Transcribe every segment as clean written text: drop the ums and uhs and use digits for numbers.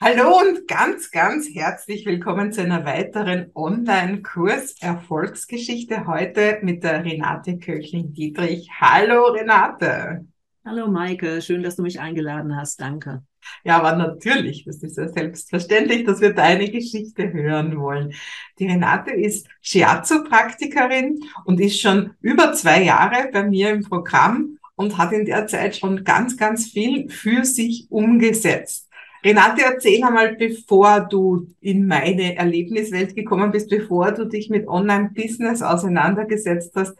Hallo und ganz, ganz herzlich willkommen zu einer weiteren Online-Kurs Erfolgsgeschichte heute mit der Renate Köchling-Dietrich. Hallo Renate. Hallo Maike, schön, dass du mich eingeladen hast. Danke. Ja, aber natürlich, das ist ja selbstverständlich, dass wir deine Geschichte hören wollen. Die Renate ist Shiatsu-Praktikerin und ist schon über 2 Jahre bei mir im Programm und hat in der Zeit schon ganz, ganz viel für sich umgesetzt. Renate, erzähl einmal, bevor du in meine Erlebniswelt gekommen bist, bevor du dich mit Online-Business auseinandergesetzt hast,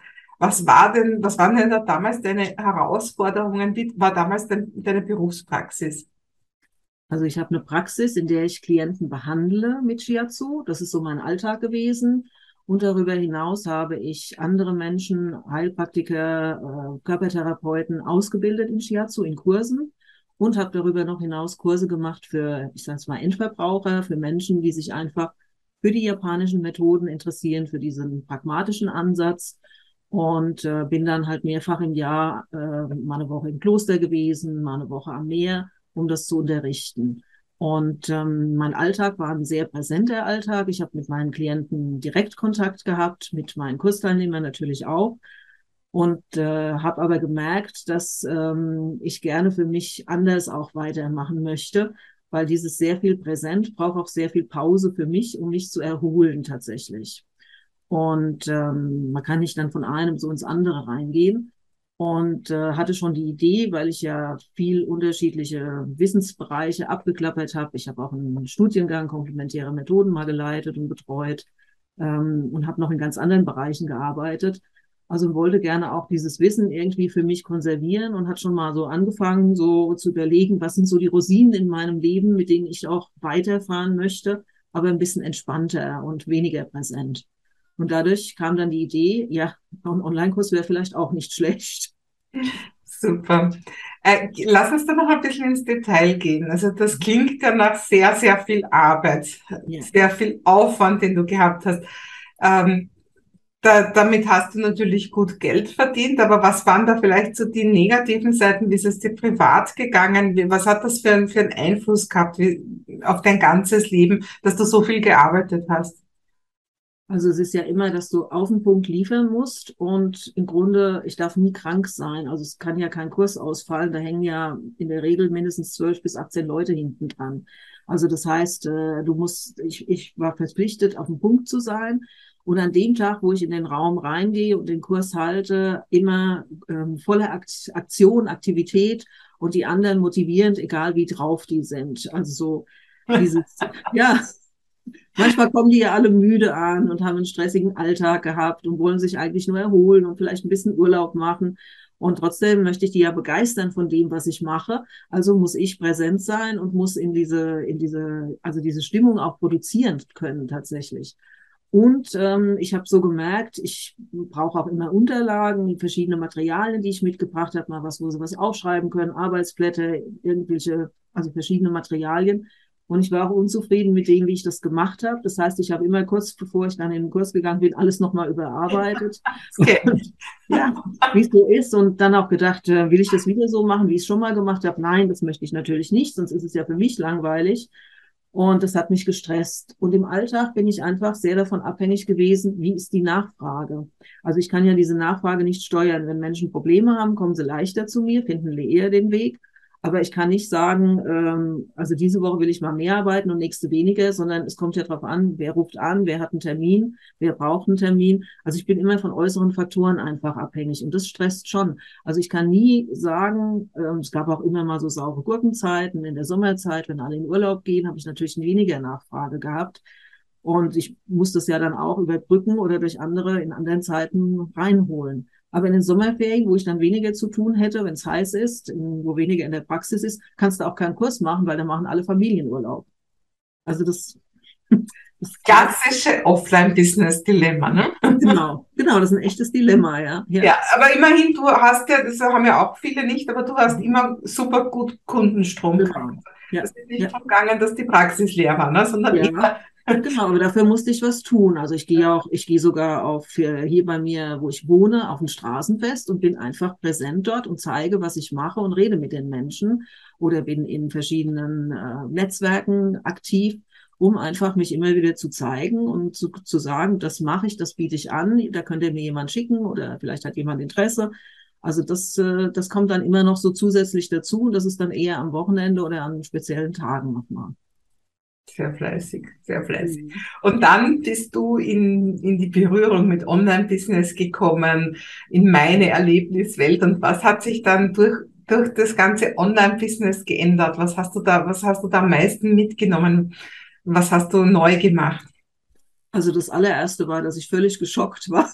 was waren denn da damals deine Herausforderungen? Wie war damals deine Berufspraxis? Also ich habe eine Praxis, in der ich Klienten behandle mit Shiatsu. Das ist so mein Alltag gewesen. Und darüber hinaus habe ich andere Menschen, Heilpraktiker, Körpertherapeuten ausgebildet in Shiatsu in Kursen und habe darüber noch hinaus Kurse gemacht für, ich sage es mal, Endverbraucher, für Menschen, die sich einfach für die japanischen Methoden interessieren, für diesen pragmatischen Ansatz. Und bin dann halt mehrfach im Jahr mal eine Woche im Kloster gewesen, mal eine Woche am Meer, um das zu unterrichten. Und mein Alltag war ein sehr präsenter Alltag. Ich habe mit meinen Klienten Direktkontakt gehabt, mit meinen Kursteilnehmern natürlich auch. Und habe aber gemerkt, dass ich gerne für mich anders auch weitermachen möchte, weil dieses sehr viel präsent braucht auch sehr viel Pause für mich, um mich zu erholen tatsächlich. Und man kann nicht dann von einem so ins andere reingehen. Und hatte schon die Idee, weil ich ja viel unterschiedliche Wissensbereiche abgeklappert habe. Ich habe auch einen Studiengang komplementäre Methoden mal geleitet und betreut und habe noch in ganz anderen Bereichen gearbeitet. Also wollte gerne auch dieses Wissen irgendwie für mich konservieren und hat schon mal so angefangen, so zu überlegen, was sind so die Rosinen in meinem Leben, mit denen ich auch weiterfahren möchte, aber ein bisschen entspannter und weniger präsent. Und dadurch kam dann die Idee, ja, ein Online-Kurs wäre vielleicht auch nicht schlecht. Super. Lass uns da noch ein bisschen ins Detail gehen. Also das klingt ja nach sehr, sehr viel Arbeit, Ja. sehr viel Aufwand, den du gehabt hast. Ähm, damit hast du natürlich gut Geld verdient, aber was waren da vielleicht so die negativen Seiten? Wie ist es dir privat gegangen? Was hat das für einen Einfluss gehabt auf dein ganzes Leben, dass du so viel gearbeitet hast? Also es ist ja immer, dass du auf den Punkt liefern musst und im Grunde, ich darf nie krank sein. Also es kann ja kein Kurs ausfallen. Da hängen ja in der Regel mindestens 12 bis 18 Leute hinten dran. Also das heißt, ich war verpflichtet, auf den Punkt zu sein. Und an dem Tag, wo ich in den Raum reingehe und den Kurs halte, immer voller Aktion, Aktivität und die anderen motivierend, egal wie drauf die sind. Also so dieses, ja, manchmal kommen die ja alle müde an und haben einen stressigen Alltag gehabt und wollen sich eigentlich nur erholen und vielleicht ein bisschen Urlaub machen. Und trotzdem möchte ich die ja begeistern von dem, was ich mache. Also muss ich präsent sein und muss also diese Stimmung auch produzieren können tatsächlich. Und ich habe so gemerkt, ich brauche auch immer Unterlagen, verschiedene Materialien, die ich mitgebracht habe, mal was, wo sie was aufschreiben können, Arbeitsblätter, irgendwelche, also verschiedene Materialien. Und ich war auch unzufrieden mit dem, wie ich das gemacht habe. Das heißt, ich habe immer kurz bevor ich dann in den Kurs gegangen bin, alles nochmal überarbeitet. Das kenn Und ich. ja, wie es so ist. Und dann auch gedacht, will ich das wieder so machen, wie ich es schon mal gemacht habe? Nein, das möchte ich natürlich nicht, sonst ist es ja für mich langweilig. Und das hat mich gestresst. Und im Alltag bin ich einfach sehr davon abhängig gewesen, wie ist die Nachfrage. Also ich kann ja diese Nachfrage nicht steuern. Wenn Menschen Probleme haben, kommen sie leichter zu mir, finden eher den Weg. Aber ich kann nicht sagen, also diese Woche will ich mal mehr arbeiten und nächste weniger, sondern es kommt ja darauf an, wer ruft an, wer hat einen Termin, wer braucht einen Termin. Also ich bin immer von äußeren Faktoren einfach abhängig und das stresst schon. Also ich kann nie sagen, es gab auch immer mal so saure Gurkenzeiten. In der Sommerzeit, wenn alle in Urlaub gehen, habe ich natürlich weniger Nachfrage gehabt. Und ich muss das ja dann auch überbrücken oder durch andere in anderen Zeiten reinholen. Aber in den Sommerferien, wo ich dann weniger zu tun hätte, wenn es heiß ist, wo weniger in der Praxis ist, kannst du auch keinen Kurs machen, weil da machen alle Familienurlaub. Also das greift, Klassische Offline-Business-Dilemma, ne? genau, das ist ein echtes Dilemma, ja, ja, Ja, aber immerhin, du hast ja, das haben ja auch viele nicht, aber du hast immer super gut Kundenstrom gehabt. genau, ja, Es ist nicht ja. darum gegangen, dass die Praxis leer war, ne, sondern Ja, immer. genau, aber dafür musste ich was tun. Also ich gehe sogar hier bei mir, wo ich wohne, auf ein Straßenfest und bin einfach präsent dort und zeige, was ich mache und rede mit den Menschen. oder bin in verschiedenen Netzwerken aktiv, um einfach mich immer wieder zu zeigen und zu sagen, das mache ich, das biete ich an, da könnte mir jemand schicken oder vielleicht hat jemand Interesse. Also das kommt dann immer noch so zusätzlich dazu und das ist dann eher am Wochenende oder an speziellen Tagen nochmal. Sehr fleißig, sehr fleißig. Mhm. Und dann bist du in die Berührung mit Online-Business gekommen, in meine Erlebniswelt. Und was hat sich dann durch das ganze Online-Business geändert? Was hast du da am meisten mitgenommen? Was hast du neu gemacht? Also das allererste war, dass ich völlig geschockt war.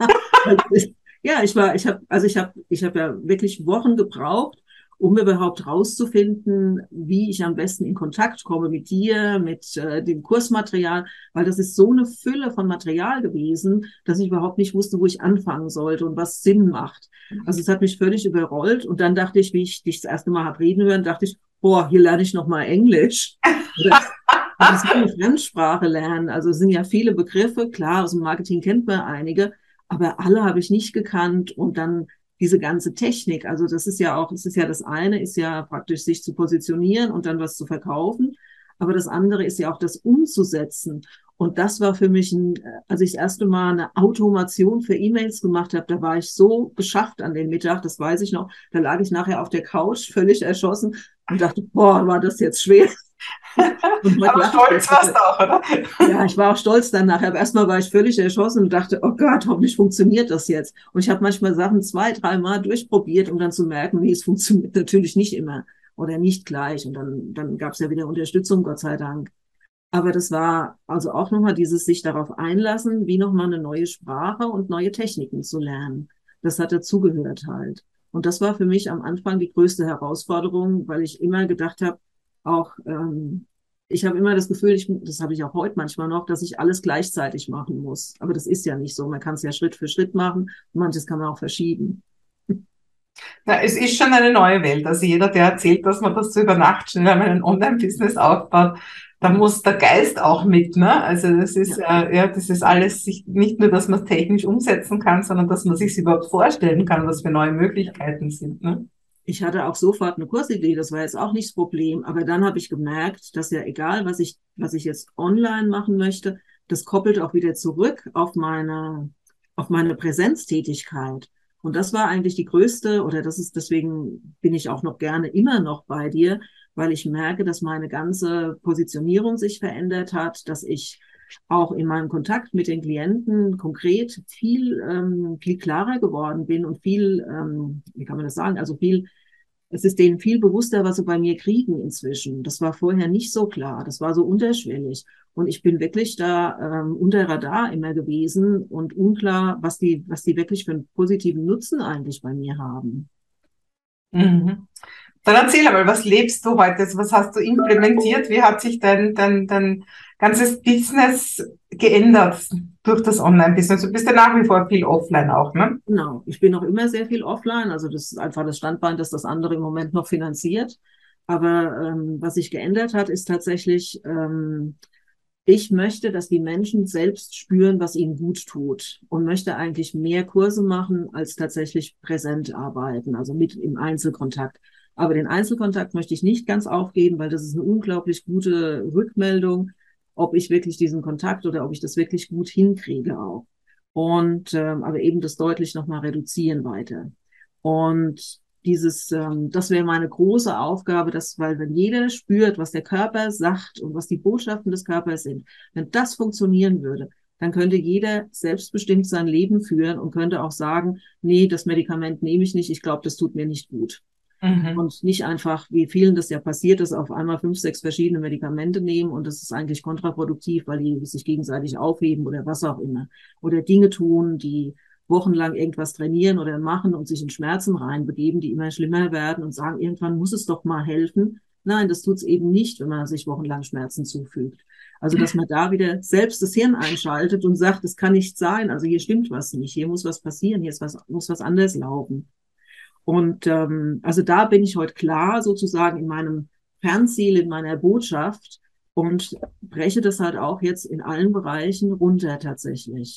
Ja, ich habe ja wirklich Wochen gebraucht, um überhaupt rauszufinden, wie ich am besten in Kontakt komme mit dir, mit dem Kursmaterial, weil das ist so eine Fülle von Material gewesen, dass ich überhaupt nicht wusste, wo ich anfangen sollte und was Sinn macht. Also es hat mich völlig überrollt und dann dachte ich, wie ich dich das erste Mal habe reden hören, dachte ich, boah, hier lerne ich noch mal Englisch. Also es ist eine Fremdsprache lernen. Also es sind ja viele Begriffe, klar, aus dem Marketing kennt man einige, aber alle habe ich nicht gekannt und dann diese ganze Technik. Also das ist ja auch, es ist ja das eine, ist ja praktisch sich zu positionieren und dann was zu verkaufen. Aber das andere ist ja auch das umzusetzen. Und das war für mich als ich das erste Mal eine Automation für E-Mails gemacht habe, da war ich so geschafft an dem Mittag, das weiß ich noch. Da lag ich nachher auf der Couch, völlig erschossen und dachte, boah, war das jetzt schwer. Und heute Aber lache ich stolz warst deshalb. du auch, oder? Ja, ich war auch stolz danach. Aber erstmal war ich völlig erschossen und dachte, oh Gott, hoffentlich funktioniert das jetzt. Und ich habe manchmal Sachen 2, 3 Mal durchprobiert, um dann zu merken, nee, es funktioniert natürlich nicht immer oder nicht gleich. Und dann gab es ja wieder Unterstützung, Gott sei Dank. Aber das war also auch nochmal dieses sich darauf einlassen, wie nochmal eine neue Sprache und neue Techniken zu lernen. Das hat dazugehört halt. Und das war für mich am Anfang die größte Herausforderung, weil ich immer gedacht habe, auch ich habe immer das Gefühl, das habe ich auch heute manchmal noch, dass ich alles gleichzeitig machen muss. Aber das ist ja nicht so. Man kann es ja Schritt für Schritt machen und manches kann man auch verschieben. Ja, es ist schon eine neue Welt. Also jeder, der erzählt, dass man das so über Nacht schnell einmal ein Online-Business aufbaut, da muss der Geist auch mit, ne? Also das ist, Ja. ja, das ist alles nicht nur, dass man es technisch umsetzen kann, sondern dass man sich überhaupt vorstellen kann, was für neue Möglichkeiten sind, ne? Ich hatte auch sofort eine Kursidee, das war jetzt auch nicht das Problem. Aber dann habe ich gemerkt, dass ja egal, was ich jetzt online machen möchte, das koppelt auch wieder zurück auf meine Präsenztätigkeit. Und das war eigentlich die größte, oder deswegen bin ich auch noch gerne immer noch bei dir, weil ich merke, dass meine ganze Positionierung sich verändert hat, dass ich auch in meinem Kontakt mit den Klienten konkret viel klarer geworden bin und wie kann man das sagen, also es ist denen viel bewusster, was sie bei mir kriegen inzwischen. Das war vorher nicht so klar. Das war so unterschwellig. Und ich bin wirklich da unter Radar immer gewesen und unklar, was die wirklich für einen positiven Nutzen eigentlich bei mir haben. Mhm. Dann erzähl einmal, was lebst du heute? Also was hast du implementiert? Wie hat sich dein ganzes Business geändert durch das Online-Business? Du bist ja nach wie vor viel offline auch, ne? Genau. Ich bin noch immer sehr viel offline. Also das ist einfach das Standbein, das das andere im Moment noch finanziert. Aber was sich geändert hat, ist tatsächlich, ich möchte, dass die Menschen selbst spüren, was ihnen gut tut und möchte eigentlich mehr Kurse machen, als tatsächlich präsent arbeiten, also mit im Einzelkontakt. Aber den Einzelkontakt möchte ich nicht ganz aufgeben, weil das ist eine unglaublich gute Rückmeldung, ob ich wirklich diesen Kontakt oder ob ich das wirklich gut hinkriege auch. Und aber eben das deutlich nochmal reduzieren weiter. Und das wäre meine große Aufgabe, weil wenn jeder spürt, was der Körper sagt und was die Botschaften des Körpers sind, wenn das funktionieren würde, dann könnte jeder selbstbestimmt sein Leben führen und könnte auch sagen, nee, das Medikament nehme ich nicht, ich glaube, das tut mir nicht gut. Mhm. Und nicht einfach, wie vielen das ja passiert, dass auf einmal 5, 6 verschiedene Medikamente nehmen und das ist eigentlich kontraproduktiv, weil die sich gegenseitig aufheben oder was auch immer. Oder Dinge tun, die wochenlang irgendwas trainieren oder machen und sich in Schmerzen reinbegeben, die immer schlimmer werden und sagen, irgendwann muss es doch mal helfen. Nein, das tut es eben nicht, wenn man sich wochenlang Schmerzen zufügt. Also, dass man da wieder selbst das Hirn einschaltet und sagt, es kann nicht sein, also hier stimmt was nicht, hier muss was passieren, muss was anders laufen. Und also da bin ich heute klar sozusagen in meinem Fernziel, in meiner Botschaft und breche das halt auch jetzt in allen Bereichen runter tatsächlich.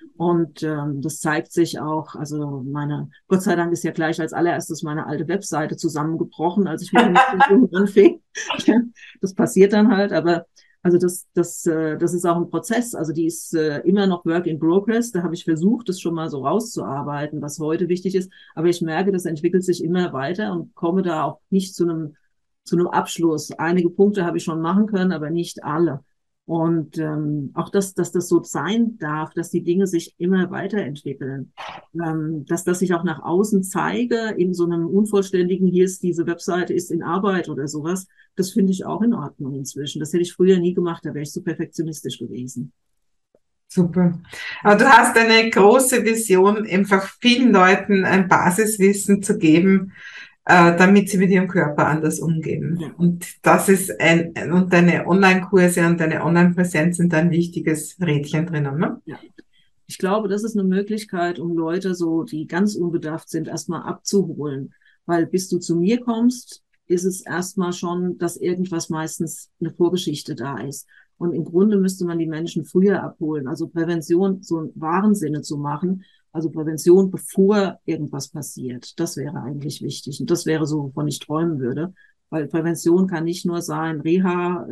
Und das zeigt sich auch, also Gott sei Dank ist ja gleich als allererstes meine alte Webseite zusammengebrochen, als ich mit dem Studium anfing. Ja, das passiert dann halt, aber also das ist auch ein Prozess. Also die ist immer noch Work in Progress. Da habe ich versucht, das schon mal so rauszuarbeiten, was heute wichtig ist. Aber ich merke, das entwickelt sich immer weiter und komme da auch nicht zu einem Abschluss. Einige Punkte habe ich schon machen können, aber nicht alle. Und auch dass das so sein darf, dass die Dinge sich immer weiterentwickeln, dass ich auch nach außen zeige in so einem unvollständigen, hier ist diese Webseite, ist in Arbeit oder sowas, das finde ich auch in Ordnung inzwischen. Das hätte ich früher nie gemacht, da wäre ich so perfektionistisch gewesen. Super. Aber du hast eine große Vision, einfach vielen Leuten ein Basiswissen zu geben, damit sie mit ihrem Körper anders umgehen. Ja. Und das ist und deine Online-Kurse und deine Online-Präsenz sind ein wichtiges Rädchen drinnen, ne? Ja. Ich glaube, das ist eine Möglichkeit, um Leute so, die ganz unbedarft sind, erstmal abzuholen. Weil bis du zu mir kommst, ist es erstmal schon, dass irgendwas meistens eine Vorgeschichte da ist. Und im Grunde müsste man die Menschen früher abholen. Also Prävention so im wahren Sinne zu machen. Also Prävention, bevor irgendwas passiert. Das wäre eigentlich wichtig. Und das wäre so, wovon ich träumen würde. Weil Prävention kann nicht nur sein, Reha,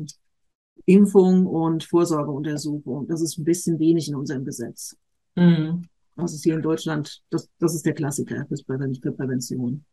Impfung und Vorsorgeuntersuchung. Das ist ein bisschen wenig in unserem Gesetz. Mhm. Das ist hier in Deutschland, das ist der Klassiker für Prävention.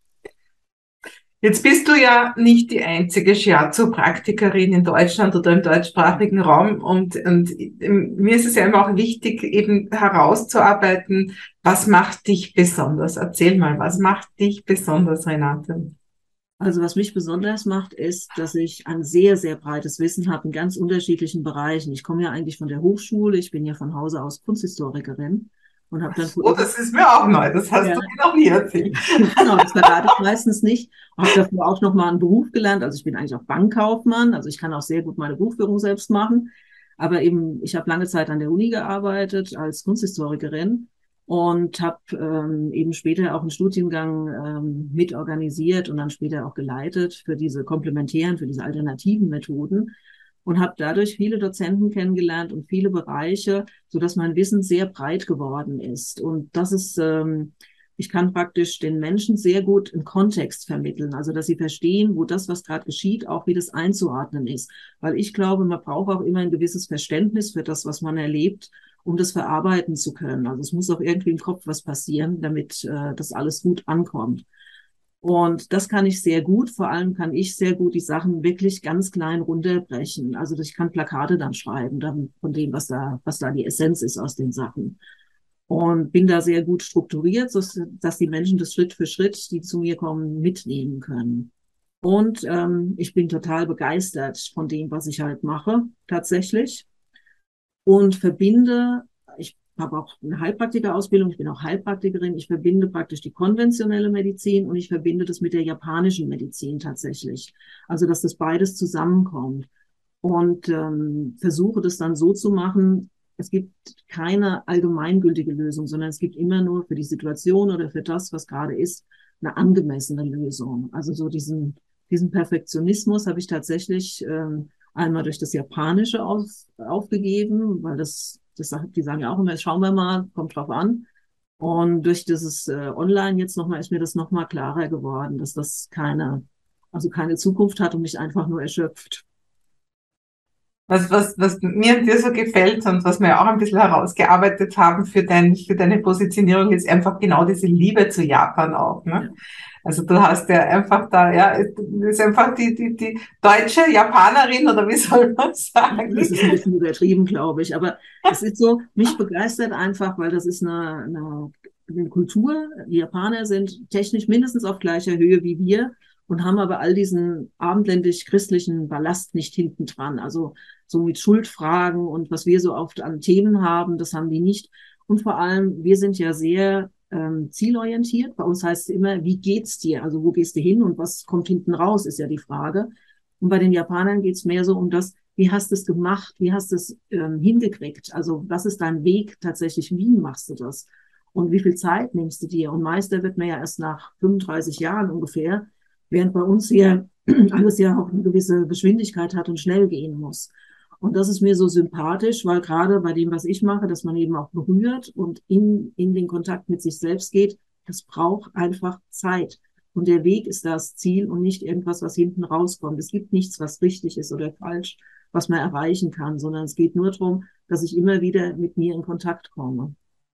Jetzt bist du ja nicht die einzige Shiatsu-Praktikerin in Deutschland oder im deutschsprachigen Raum und mir ist es ja immer auch wichtig, eben herauszuarbeiten, was macht dich besonders? Erzähl mal, was macht dich besonders, Renate? Also was mich besonders macht, ist, dass ich ein sehr, sehr breites Wissen habe in ganz unterschiedlichen Bereichen. Ich komme ja eigentlich von der Hochschule, ich bin ja von Hause aus Kunsthistorikerin und habe dann Oh, das ist mir auch neu, das hast ja, du mir noch nie erzählt. genau, das verrate ich meistens nicht. Habe dafür auch nochmal einen Beruf gelernt. Also ich bin eigentlich auch Bankkaufmann, also ich kann auch sehr gut meine Buchführung selbst machen. Aber eben, ich habe lange Zeit an der Uni gearbeitet als Kunsthistorikerin und habe eben später auch einen Studiengang mitorganisiert und dann später auch geleitet für diese komplementären, für diese alternativen Methoden und habe dadurch viele Dozenten kennengelernt und viele Bereiche, so dass mein Wissen sehr breit geworden ist. Und das ist ich kann praktisch den Menschen sehr gut einen Kontext vermitteln, also dass sie verstehen, wo das, was gerade geschieht, auch wie das einzuordnen ist. Weil ich glaube, man braucht auch immer ein gewisses Verständnis für das, was man erlebt, um das verarbeiten zu können. Also es muss auch irgendwie im Kopf was passieren, damit das alles gut ankommt. Und das kann ich sehr gut. Vor allem kann ich sehr gut die Sachen wirklich ganz klein runterbrechen. Also ich kann Plakate dann schreiben, dann von dem, was da die Essenz ist aus den Sachen. Und bin da sehr gut strukturiert, dass die Menschen das Schritt für Schritt, die zu mir kommen, mitnehmen können. Und ich bin total begeistert von dem, was ich halt mache, tatsächlich. Und verbinde, ich habe auch eine Heilpraktikerausbildung, ich bin auch Heilpraktikerin, ich verbinde praktisch die konventionelle Medizin und ich verbinde das mit der japanischen Medizin tatsächlich. Also, dass das beides zusammenkommt. Und versuche das dann so zu machen, es gibt keine allgemeingültige Lösung, sondern es gibt immer nur für die Situation oder für das, was gerade ist, eine angemessene Lösung. Also so diesen Perfektionismus habe ich tatsächlich einmal durch das Japanische aufgegeben, weil die sagen ja auch immer, schauen wir mal, kommt drauf an. Und durch dieses Online jetzt nochmal ist mir das nochmal klarer geworden, dass das also keine Zukunft hat und mich einfach nur erschöpft. Was mir an dir so gefällt und was wir ja auch ein bisschen herausgearbeitet haben für deine Positionierung, ist einfach genau diese Liebe zu Japan auch, Ja. ne? Also du hast ja einfach da, ja, ist einfach die deutsche Japanerin oder wie soll man sagen? Das ist ein bisschen übertrieben, glaube ich. Aber es ist so, mich begeistert einfach, weil das ist eine Kultur. Die Japaner sind technisch mindestens auf gleicher Höhe wie wir und haben aber all diesen abendländisch-christlichen Ballast nicht hinten dran. Also so mit Schuldfragen und was wir so oft an Themen haben, das haben die nicht. Und vor allem, wir sind ja sehr zielorientiert. Bei uns heißt es immer, wie geht's dir? Also wo gehst du hin und was kommt hinten raus, ist ja die Frage. Und bei den Japanern geht's mehr so um das, wie hast du es gemacht, wie hast du es hingekriegt? Also was ist dein Weg tatsächlich, wie machst du das? Und wie viel Zeit nimmst du dir? Und Meister wird man ja erst nach 35 Jahren ungefähr, während bei uns hier alles ja auch eine gewisse Geschwindigkeit hat und schnell gehen muss. Und das ist mir so sympathisch, weil gerade bei dem, was ich mache, dass man eben auch berührt und in den Kontakt mit sich selbst geht, das braucht einfach Zeit. Und der Weg ist das Ziel und nicht irgendwas, was hinten rauskommt. Es gibt nichts, was richtig ist oder falsch, was man erreichen kann, sondern es geht nur darum, dass ich immer wieder mit mir in Kontakt komme.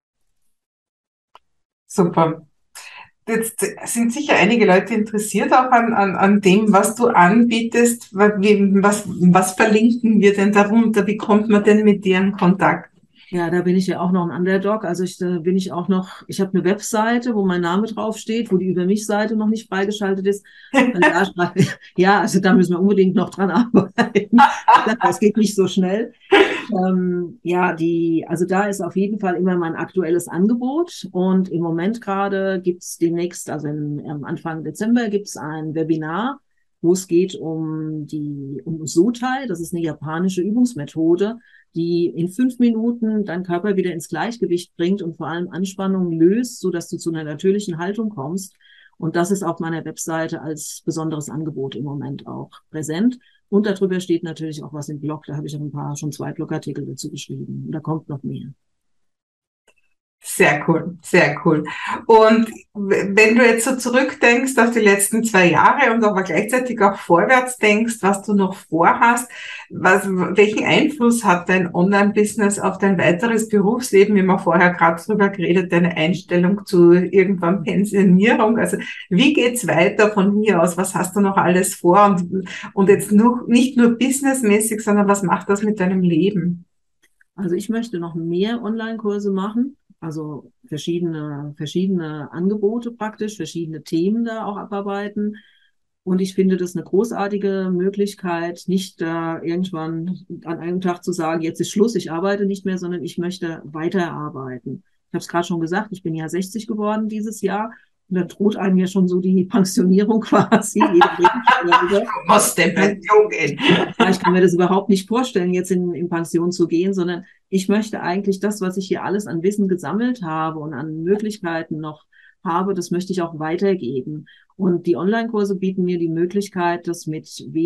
Super. Jetzt sind sicher einige Leute interessiert auch an dem, was du anbietest. Was verlinken wir denn darunter? Wie kommt man denn mit dir in Kontakt? Ja, da bin ich ja auch noch ein Underdog. Also da bin ich auch noch, ich habe eine Webseite, wo mein Name draufsteht, wo die Über mich-Seite noch nicht freigeschaltet ist. Und da schreibe ich, ja, also da müssen wir unbedingt noch dran arbeiten. Das geht nicht so schnell. Ja, also da ist auf jeden Fall immer mein aktuelles Angebot. Und im Moment gerade gibt's demnächst, also am Anfang Dezember gibt's ein Webinar, wo es geht um Sotai. Das ist eine japanische Übungsmethode, die in 5 Minuten deinen Körper wieder ins Gleichgewicht bringt und vor allem Anspannung löst, so dass du zu einer natürlichen Haltung kommst. Und das ist auf meiner Webseite als besonderes Angebot im Moment auch präsent. Und darüber steht natürlich auch was im Blog. Da habe ich auch schon 2 Blogartikel dazu geschrieben. Und da kommt noch mehr. Sehr cool, sehr cool. Und wenn du jetzt so zurückdenkst auf die letzten 2 Jahre und aber gleichzeitig auch vorwärts denkst, was du noch vorhast, welchen Einfluss hat dein Online-Business auf dein weiteres Berufsleben? Wir haben vorher gerade drüber geredet, deine Einstellung zu irgendwann Pensionierung. Also wie geht's weiter von hier aus? Was hast du noch alles vor? Und jetzt nicht nur businessmäßig, sondern was macht das mit deinem Leben? Also ich möchte noch mehr Online-Kurse machen, also verschiedene Angebote praktisch, verschiedene Themen da auch abarbeiten. Und ich finde das eine großartige Möglichkeit, nicht irgendwann an einem Tag zu sagen, jetzt ist Schluss, ich arbeite nicht mehr, sondern ich möchte weiterarbeiten. Ich habe es gerade schon gesagt, ich bin ja 60 geworden dieses Jahr. Und da droht einem ja schon so die Pensionierung quasi. Aus der Pension gehen. Ich kann mir das überhaupt nicht vorstellen, jetzt in Pension zu gehen, sondern ich möchte eigentlich das, was ich hier alles an Wissen gesammelt habe und an Möglichkeiten noch habe, das möchte ich auch weitergeben. Und die Online-Kurse bieten mir die Möglichkeit, das mit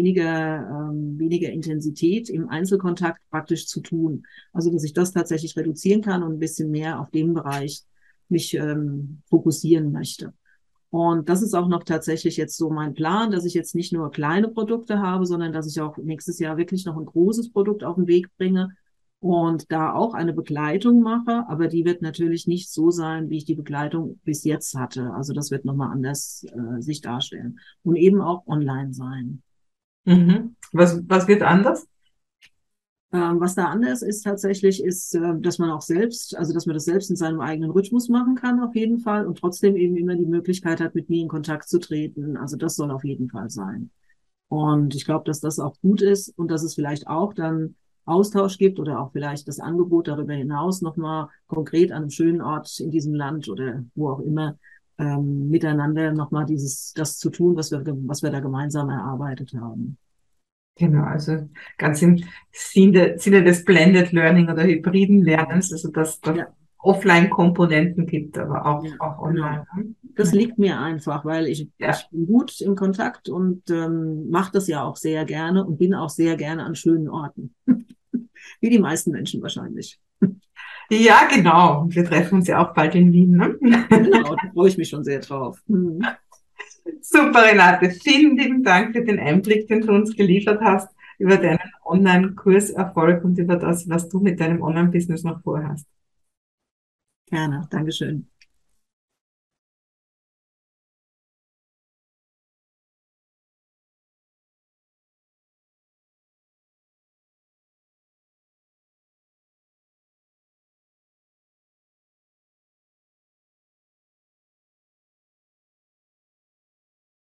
weniger Intensität im Einzelkontakt praktisch zu tun. Also, dass ich das tatsächlich reduzieren kann und ein bisschen mehr auf dem Bereich mich fokussieren möchte. Und das ist auch noch tatsächlich jetzt so mein Plan, dass ich jetzt nicht nur kleine Produkte habe, sondern dass ich auch nächstes Jahr wirklich noch ein großes Produkt auf den Weg bringe und da auch eine Begleitung mache. Aber die wird natürlich nicht so sein, wie ich die Begleitung bis jetzt hatte. Also das wird nochmal anders sich darstellen und eben auch online sein. Mhm. Was wird anders? Was da anders ist tatsächlich, ist, dass man auch selbst, also dass man das selbst in seinem eigenen Rhythmus machen kann, auf jeden Fall, und trotzdem eben immer die Möglichkeit hat, mit mir in Kontakt zu treten. Also das soll auf jeden Fall sein. Und ich glaube, dass das auch gut ist und dass es vielleicht auch dann Austausch gibt oder auch vielleicht das Angebot darüber hinaus nochmal konkret an einem schönen Ort in diesem Land oder wo auch immer miteinander nochmal das zu tun, was wir da gemeinsam erarbeitet haben. Genau, also ganz im Sinne des Blended Learning oder hybriden Lernens, also dass da Ja, Offline-Komponenten gibt, aber ja, auch genau. online. Das liegt mir einfach, weil Ja, ich bin gut in Kontakt und mache das ja auch sehr gerne und bin auch sehr gerne an schönen Orten. Wie die meisten Menschen wahrscheinlich. ja, genau. Wir treffen uns ja auch bald in Wien, ne? Genau, da freue ich mich schon sehr drauf. Super, Renate. Vielen lieben Dank für den Einblick, den du uns geliefert hast über deinen Online-Kurserfolg und über das, was du mit deinem Online-Business noch vorhast. Gerne, Dankeschön.